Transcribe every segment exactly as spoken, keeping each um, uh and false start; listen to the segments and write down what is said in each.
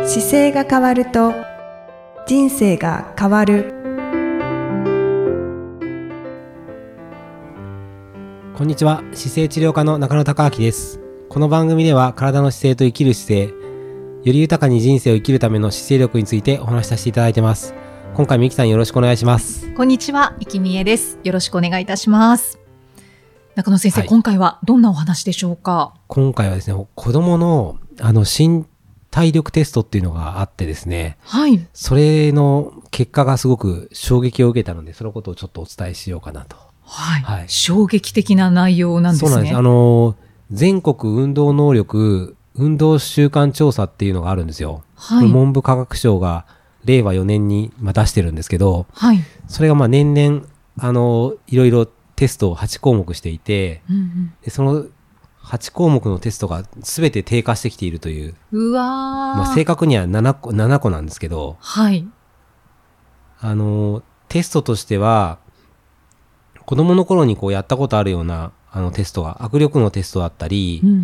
姿勢が変わると人生が変わる。 こんにちは。姿勢治療科の中野孝明です。この番組では体の姿勢と生きる姿勢、より豊かに人生を生きるための姿勢力についてお話しさせていただいてます。今回もいきさんよろしくお願いします。 こんにちは、いきみえです。よろしくお願いいたします。中野先生、 はい、 今回はどんなお話でしょうか？ 今回はですね、子供のあの身体力テストっていうのがあってですね、 はい。 それの結果がすごく衝撃を受けたので、そのことをちょっとお伝えしようかなと。 はい。 はい、 衝撃的な内容なんですね。 そうなんです。あの全国運動能力運動習慣調査っていうのがあるんですよ。はい、文部科学省がれいわよねんにまあ出してるんですけど、はい、それがまあ年々あのいろいろテストをはちこうもくしていて、うんうん、でそのはちこうもくのテストが全て低下してきているという。 うわー、 まあ、正確にはななこ、ななこなんですけど、 はい、 あのテストとしては子供の頃にこうやったことあるようなあのテストが握力のテストだったり、うんうんうん、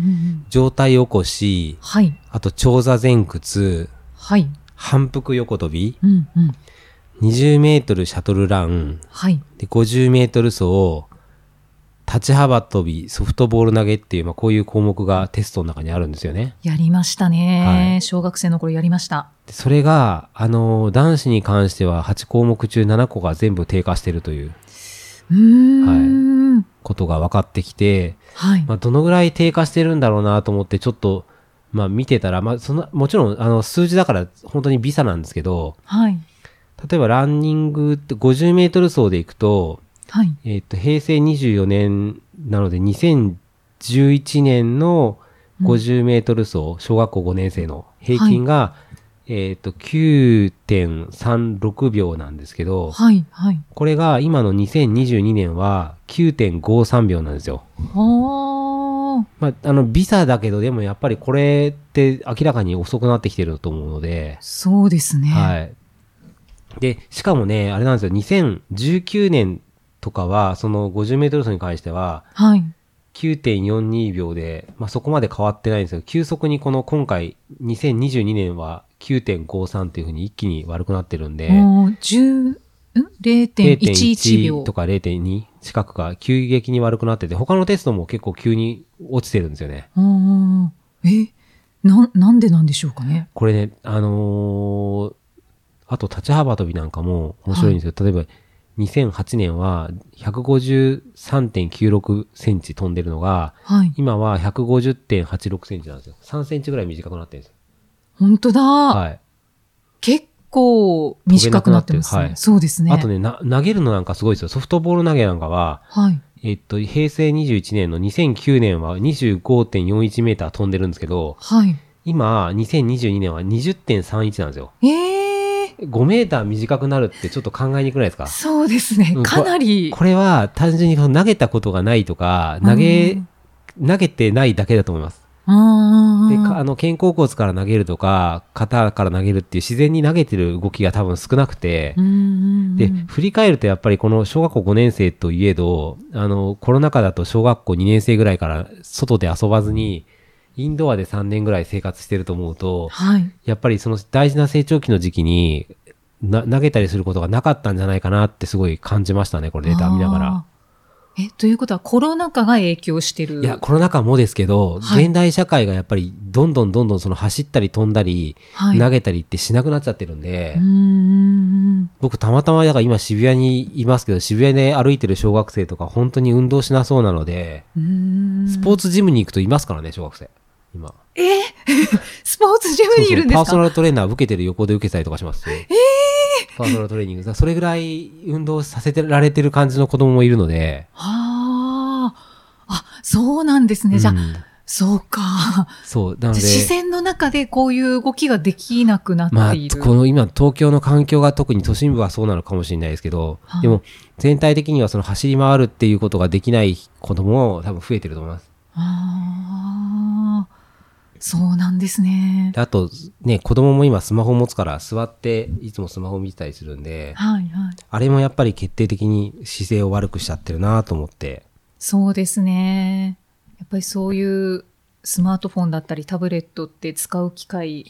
上体起こし、はい、あと長座前屈、はい、反復横跳び、うんうん、にじゅうメートルシャトルラン、はい、でごじゅうメートル走、立ち幅跳び、ソフトボール投げっていう、まあ、こういう項目がテストの中にあるんですよね。 やりましたね、はい、小学生の頃やりました。 でそれがあの男子に関してははちこうもく中ななこが全部低下しているという、 うーん、 はい、ことが分かってきて、 はい、 まあ、どのぐらい低下してるんだろうなと思ってちょっと、まあ、見てたら、まあ、そのもちろんあの数字だから本当に微差なんですけど、はい、例えばランニングってごじゅうメートル走でいくと、はい、えー、と平成にじゅうよねんなのでにせんじゅういちねんのごじゅうメートル走、うん、小学校ごねん生の平均が、はい、えー、と きゅうてんさんろくびょうなんですけど、はいはい、これが今のにせんにじゅうにねんは きゅうてんごさんびょうなんですよ。まあ、あの微差だけどでもやっぱりこれって明らかに遅くなってきてると思うので。 そうですね。 はい。でしかもねあれなんですよ、にせんじゅうきゅうねんとかはそのごじゅうメートル走に関しては、はい、きゅうてんよんにびょうで、まあ、そこまで変わってないんですけど、急速にこの今回にせんにじゅうにねんは きゅうてんごさん っていう風に一気に悪くなってるんで、 じゅう れいてんいちいちびょうとか れいてんに 近くが急激に悪くなってて、他のテストも結構急に落ちてるんですよね。 えな、なんでなんでしょうかね。 これね、あのー、あと立ち幅跳びなんかも面白いんですけど、はい、例えばにせんはちねんは ひゃくごじゅうさんてんきゅうろくセンチ飛んでるのが、はい、今は ひゃくごじゅってんはちろくセンチなんですよ。さんセンチぐらい短くなってるんですよ。 本当だ。 はい。 結構短くなってますね。はい、そうですね。 あとねな、投げるのなんかすごいですよ。ソフトボール投げなんかは、はい、えっと、平成にじゅういちねんのにせんきゅうねんは にじゅうごてんよんいちメーター飛んでるんですけど、はい、今、にせんにじゅうにねんは にじゅってんさんいちなんですよ。 えーごメーター短くなるってちょっと考えにくくないですか？ そうですね。かなり。 うん、こ, これは単純に投げたことがないとか、投げ、投げてないだけだと思います。あであの肩甲骨から投げるとか、肩から投げるっていう自然に投げてる動きが多分少なくて、うんで、振り返るとやっぱりこの小学校ごねん生といえど、あの、コロナ禍だと小学校にねん生ぐらいから外で遊ばずに、インドアでさんねんぐらい生活してると思うと、はい、やっぱりその大事な成長期の時期にな投げたりすることがなかったんじゃないかなってすごい感じましたね、これデータ見ながら。 え、ということはコロナ禍が影響してる？ いや、コロナ禍もですけど、はい、現代社会がやっぱりどんどんどんどんその走ったり飛んだり、はい、投げたりってしなくなっちゃってるんで、うーん僕たまたまだから今渋谷にいますけど、渋谷で歩いてる小学生とか本当に運動しなそうなので、うーんスポーツジムに行くといますからね、小学生。今えスポーツジムにいるんですか？そうそう、 パーソナルトレーナー受けてる横で受けたりとかしますよ。えー、パーソナルトレーニング。それぐらい運動させてられてる感じの子供もいるので。 はあ、あ、そうなんですね。じゃあ、うん、そうか。 そうなので自然の中でこういう動きができなくなっている。 まあ、この今東京の環境が特に都心部はそうなのかもしれないですけど、はあ、でも全体的にはその走り回るっていうことができない子供も多分増えてると思います。 ああ。そうなんですね。 あとね、子供も今スマホ持つから座っていつもスマホ見てたりするんで、はいはい、あれもやっぱり決定的に姿勢を悪くしちゃってるなと思って。 そうですね。やっぱりそういうスマートフォンだったりタブレットって使う機会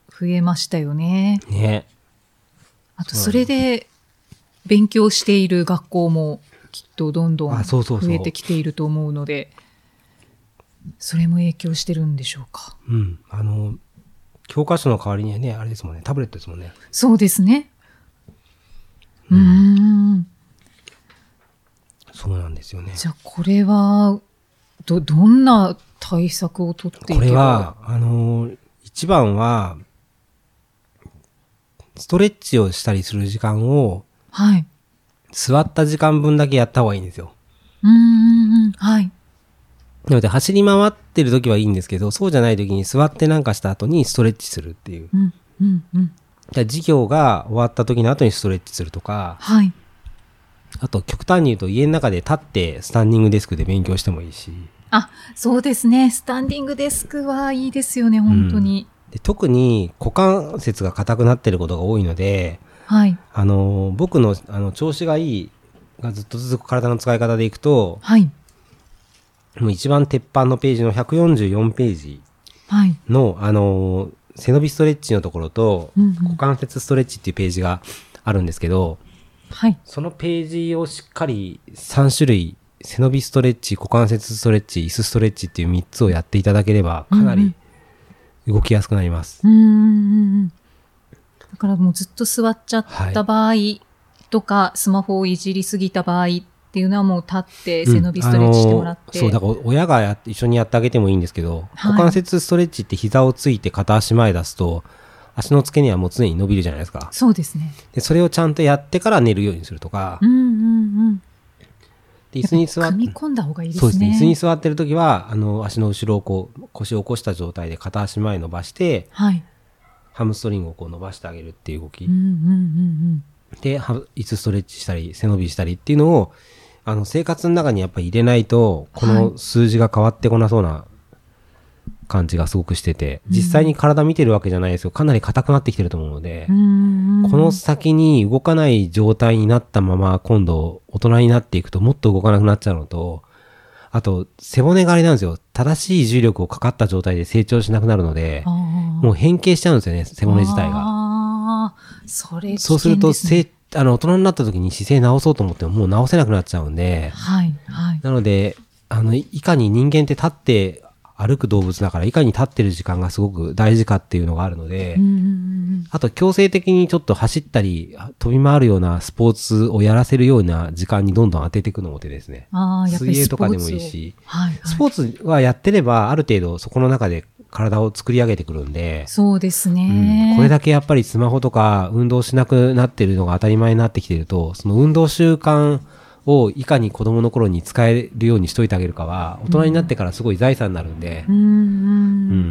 増えましたよね。 ね。 あとそれで勉強している学校もきっとどんどん増えてきていると思うので、それも影響してるんでしょうか。 うん。あの、教科書の代わりにはね、あれですもんね、タブレットですもんね。 そうですね。うん。うーん。 そうなんですよね。 じゃあこれは、ど、どんな対策を取っていけば。 これは、あの、一番は、ストレッチをしたりする時間を、 はい。 座った時間分だけやった方がいいんですよ。 うんうんうん。はい。 なので、走り回ってる時はいいんですけど、そうじゃない時に座ってなんかした後にストレッチするっていう。 うんうんうん。 じゃあ授業が終わった時の後にストレッチするとか、 はい。 あと極端に言うと家の中で立ってスタンディングデスクで勉強してもいいし。 あ、そうですね。スタンディングデスクはいいですよね、本当に。 うん、で特に股関節が硬くなってることが多いので、 はい。 あの、僕の、あの、調子がいいがずっと続く体の使い方でいくと、 はい。 もう一番鉄板のページのひゃくよんじゅうよんページの、はい、あの、背伸びストレッチのところと、うんうん、股関節ストレッチっていうページがあるんですけど、 はい。 そのページをしっかりさん種類、背伸びストレッチ、股関節ストレッチ、椅子ストレッチっていうみっつをやっていただければ、かなり動きやすくなります。 うんうん、だからもうずっと座っちゃった場合とか、はい、スマホをいじりすぎた場合っていうのはもう立って背伸びストレッチしてもらって。 うん、そう、だから親がや一緒にやってあげてもいいんですけど、はい、股関節ストレッチって膝をついて片足前出すと、足の付け根はもう常に伸びるじゃないですか。 そうですね。 で、それをちゃんとやってから寝るようにするとか。 うんうんうん。 で、椅子に座って。 組み込んだ方がいいですね。 そうですね。椅子に座ってるときは、あの、足の後ろをこう、腰を起こした状態で片足前伸ばして、 はい。 ハムストリングをこう伸ばしてあげるっていう動き。 うんうんうんうん。 で、椅子ストレッチしたり、背伸びしたりっていうのを、あの、生活の中にやっぱり入れないと、この数字が変わってこなそうな感じがすごくしてて、実際に体見てるわけじゃないですよ。かなり硬くなってきてると思うので、この先に動かない状態になったまま、今度大人になっていくともっと動かなくなっちゃうのと、あと背骨があれなんですよ。正しい重力をかかった状態で成長しなくなるので、もう変形しちゃうんですよね、背骨自体が。 あそれ、ね、 そうするとせあの大人になった時に姿勢直そうと思ってももう直せなくなっちゃうんで、 はいはい、 なのであのいかに人間って立って歩く動物だからいかに立ってる時間がすごく大事かっていうのがあるので、うんうんうん、あと強制的にちょっと走ったり飛び回るようなスポーツをやらせるような時間にどんどん当てていくのも手ですね。 あやっぱり水泳とかでもいいし、 はいはい、 スポーツはやってればある程度そこの中で体を作り上げてくるんで、 そうですね、 うん、これだけやっぱりスマホとか運動しなくなってるのが当たり前になってきてると、その運動習慣をいかに子供の頃に使えるようにしといてあげるかは大人になってからすごい財産になるんで、 うんうんうん、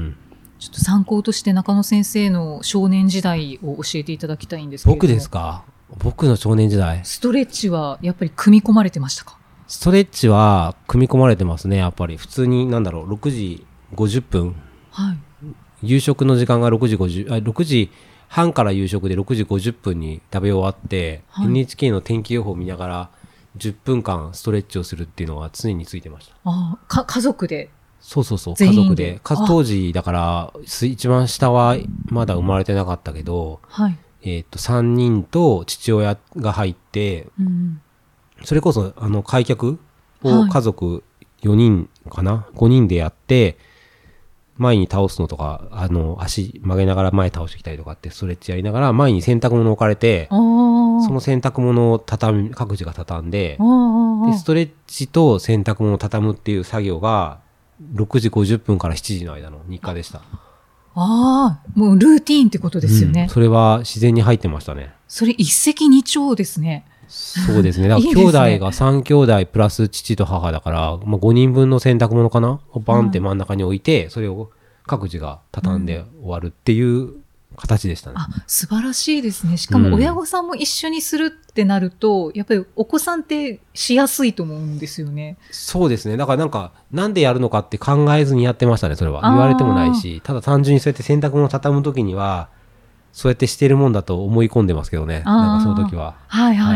ちょっと参考として中野先生の少年時代を教えていただきたいんですけれども。 僕ですか？僕の少年時代、 ストレッチはやっぱり組み込まれてましたか？ ストレッチは組み込まれてますね。やっぱり普通になんだろうろくじごじゅっぷん、 はい、 夕食の時間がろくじごじゅうあろくじはんから夕食でろくじごじゅっぷんに食べ終わって、はい、エヌエイチケー の天気予報を見ながらじゅっぷんかんストレッチをするっていうのは常についてました。 あか家族で？ そうそうそう、家族で。当時だから一番下はまだ生まれてなかったけど、 はい、 えー、とさんにんと父親が入って、うん、それこそあの開脚を家族よにんかな、はい、ごにんでやって前に倒すのとか、あの足曲げながら前倒してきたりとかってストレッチやりながら前に洗濯物置かれて、その洗濯物を畳み各自が畳んで、でストレッチと洗濯物を畳むっていう作業がろくじごじゅっぷんからしちじの間の日課でした。 ああ、もうルーティーンってことですよね、 うん、それは自然に入ってましたね。 それ一石二鳥ですね。 そうですね。だから兄弟がさん兄弟プラス父と母だから、まあ、ごにんぶんの洗濯物かなをバンって真ん中に置いて、うん、それを各自が畳んで終わるっていう形でしたね。 あ、素晴らしいですね。しかも親御さんも一緒にするってなると、うん、やっぱりお子さんってしやすいと思うんですよね。 そうですね。だからなんかなんでやるのかって考えずにやってましたね。それは言われてもないし、ただ単純にそうやって洗濯物を畳むときにはそうやってしてるもんだと思い込んでますけどね。なんかその時は。 はいはいはい。はいはい、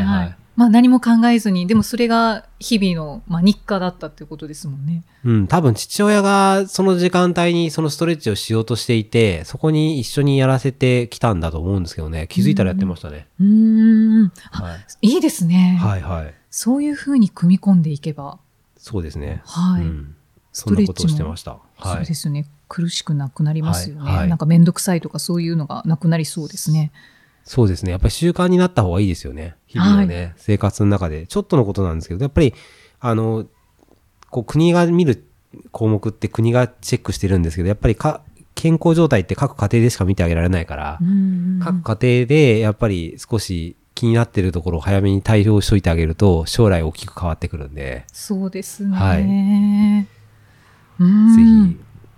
まあ何も考えずに、でもそれが日々の、まあ、日課だったっていうことですもんね。 うん、多分父親がその時間帯にそのストレッチをしようとしていて、そこに一緒にやらせてきたんだと思うんですけどね。気づいたらやってましたね。 うーん。はい、いいですね。 はいはい。 そういうふうに組み込んでいけば。 そうですね。 はい。うん、 そんなことをしてました。 はい、そうですね。苦しくなくなりますよね。はいはい、なんかめんどくさいとかそういうのがなくなりそうですね。 そうですね。やっぱり習慣になった方がいいですよね。日々のね、はい、生活の中で。ちょっとのことなんですけど、やっぱり、あの、こう国が見る項目って国がチェックしてるんですけど、やっぱりか健康状態って各家庭でしか見てあげられないから、各家庭でやっぱり少し気になってるところを早めに対応しといてあげると、将来大きく変わってくるんで。 そうですね。 はい。 うんぜひ、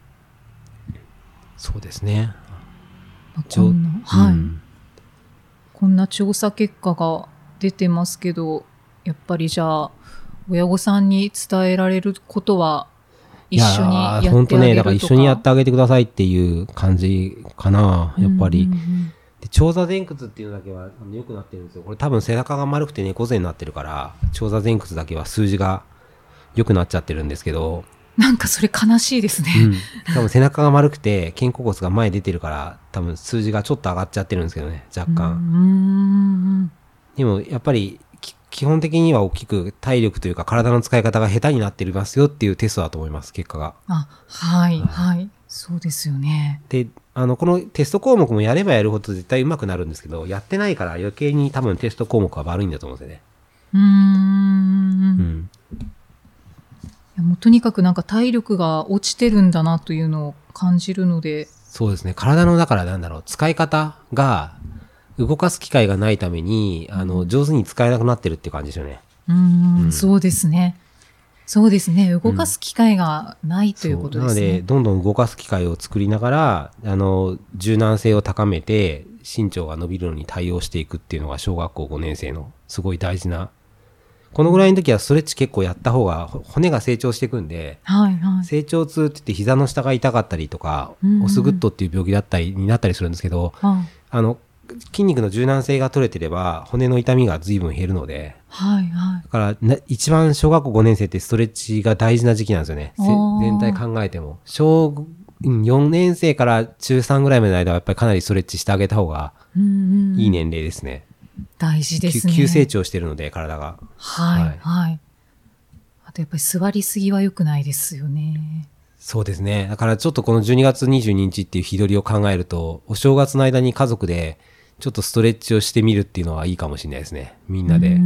そうですね。 こんな、はい。うんこんな調査結果が出てますけど、やっぱりじゃあ親御さんに伝えられることは一緒にやってあげるとか。 本当ね、だから一緒にやってあげてくださいっていう感じかな、やっぱり。うんうんうん、で長座前屈っていうのだけは良くなってるんですよ。これ多分背中が丸くて猫背になってるから、長座前屈だけは数字が良くなっちゃってるんですけど。 なんかそれ悲しいですね。 うん、多分背中が丸くて肩甲骨が前出てるから多分数字がちょっと上がっちゃってるんですけどね、若干。 うんでもやっぱり基本的には大きく体力というか体の使い方が下手になっていますよっていうテストだと思います、結果が。 あ、はいはい、そうですよね。 で、あのこのテスト項目もやればやるほど絶対上手くなるんですけど、やってないから余計に多分テスト項目は悪いんだと思うんですよね。 うーん。うんいやもうとにかくなんか体力が落ちてるんだなというのを感じるので。 そうですね。体のだからなんだろう、使い方が動かす機会がないために、あの上手に使えなくなってるっていう感じですよね。 うーん、うん、そうですね。そうですね。動かす機会がない、うん、ということですね。 なのでどんどん動かす機会を作りながら、あの柔軟性を高めて身長が伸びるのに対応していくっていうのが小学校ごねん生のすごい大事な。このぐらいの時はストレッチ結構やった方が骨が成長していくんで、 はいはい、 成長痛って言って膝の下が痛かったりとか、うんうん、オスグッドっていう病気だったりになったりするんですけど、うん、あの筋肉の柔軟性が取れてれば骨の痛みが随分減るので、 はいはい、 だからな一番小学校ごねん生ってストレッチが大事な時期なんですよね。全体考えても小よねん生から中さんぐらいまでの間はやっぱりかなりストレッチしてあげた方がいい年齢ですね。 大事ですね。 急成長してるので体が。 はいはい。はい、あとやっぱり座りすぎは良くないですよね。 そうですね。だからちょっとこのじゅうにがつにじゅうににちっていう日取りを考えると、お正月の間に家族でちょっとストレッチをしてみるっていうのはいいかもしれないですね。みんなで。 うん、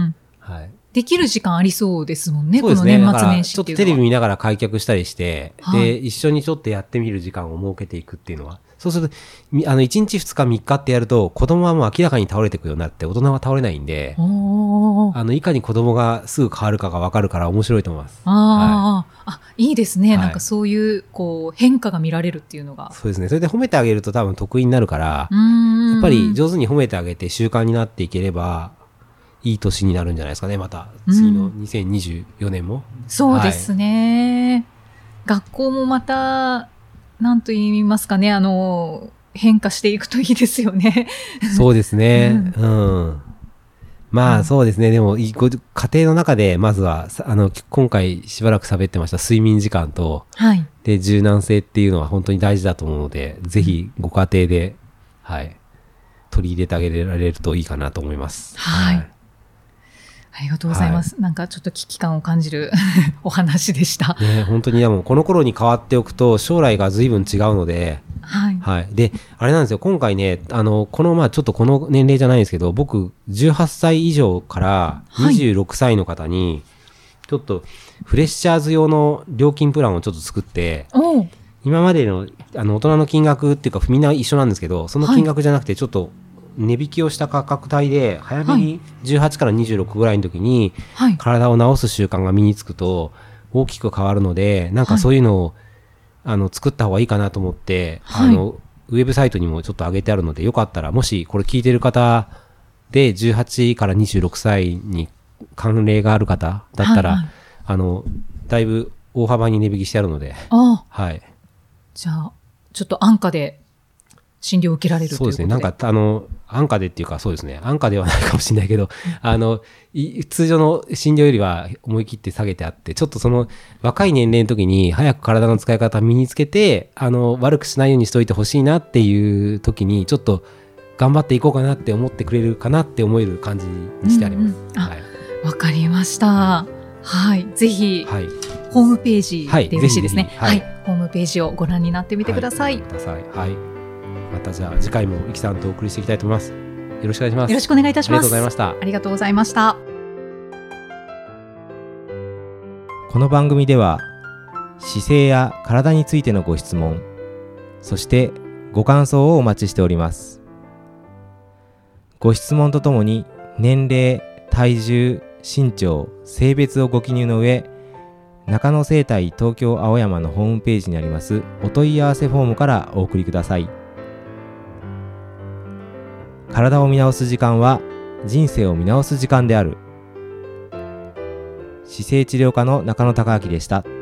はい。 できる時間ありそうですもんね。 そうですね。 この年末年始っていうのは。 ちょっとテレビ見ながら開脚したりして、はい、で一緒にちょっとやってみる時間を設けていくっていうのは。そうすると、あの、いちにちふつかみっかってやると、子供はもう明らかに倒れていくようになって、大人は倒れないんで、あの、いかに子供がすぐ変わるかが分かるから面白いと思います。 あ、はい、あ、いいですね。はい、なんかそういう、こう、変化が見られるっていうのが。 そうですね。それで褒めてあげると多分得意になるから、やっぱり上手に褒めてあげて習慣になっていければ、いい年になるんじゃないですかね。また、次のにせんにじゅうよねんも。 そうですね。はい、学校もまた、なんと言いますかね、あの、変化していくといいですよね。 そうですね。うん。うん、まあ、そうですね。でも、家庭の中で、まずは、あの、今回しばらく喋ってました睡眠時間と、 はい、 で、柔軟性っていうのは本当に大事だと思うので、ぜひご家庭で、はい、取り入れてあげられるといいかなと思います。 はい。はい、ありがとうございます。はい、なんかちょっと危機感を感じるお話でした。 ね、本当にでもこの頃に変わっておくと将来が随分違うので、 はいはい、であれなんですよ。今回ね、あのこのまあちょっとこの年齢じゃないんですけど、僕じゅうはっさい以上からにじゅうろくさいの方にちょっとフレッシャーズ用の料金プランをちょっと作って、 はい、 今までのあの大人の金額っていうかみんな一緒なんですけど、その金額じゃなくてちょっと、はい値引きをした価格帯で早めにじゅうはちからにじゅうろくぐらいの時に体を治す習慣が身につくと大きく変わるので、なんかそういうのをあの作った方がいいかなと思って、はい、あのウェブサイトにもちょっと上げてあるので、よかったらもしこれ聞いてる方でじゅうはちからにじゅうろくさいに関連がある方だったら、はいはい、あのだいぶ大幅に値引きしてあるので、 あ、 はい、 じゃあちょっと安価で診療を受けられるということで。 そうですね。なんかあの安価でっていうか、そうですね、安価ではないかもしれないけど、あの通常の診療よりは思い切って下げてあって、ちょっとその若い年齢の時に早く体の使い方を身につけて、あの悪くしないようにしといてほしいなっていう時にちょっと頑張っていこうかなって思ってくれるかなって思える感じにしてあります。 うんうん、あ、はい、わかりました。はい、ぜひ、はい、ホームページでよろしいですね。はい、はい、ホームページをご覧になってみてください。 はい、ください。はい。またじゃあ次回もいきさんとお送りしていきたいと思います。よろしくお願いします。 よろしくお願いいたします。 ありがとうございました。 ありがとうございました。 この番組では姿勢や体についてのご質問、そしてご感想をお待ちしております。ご質問とともに年齢、体重、身長、性別をご記入の上、中野生態東京青山のホームページにありますお問い合わせフォームからお送りください。体を見直す時間は人生を見直す時間である。姿勢治療科の中野孝明でした。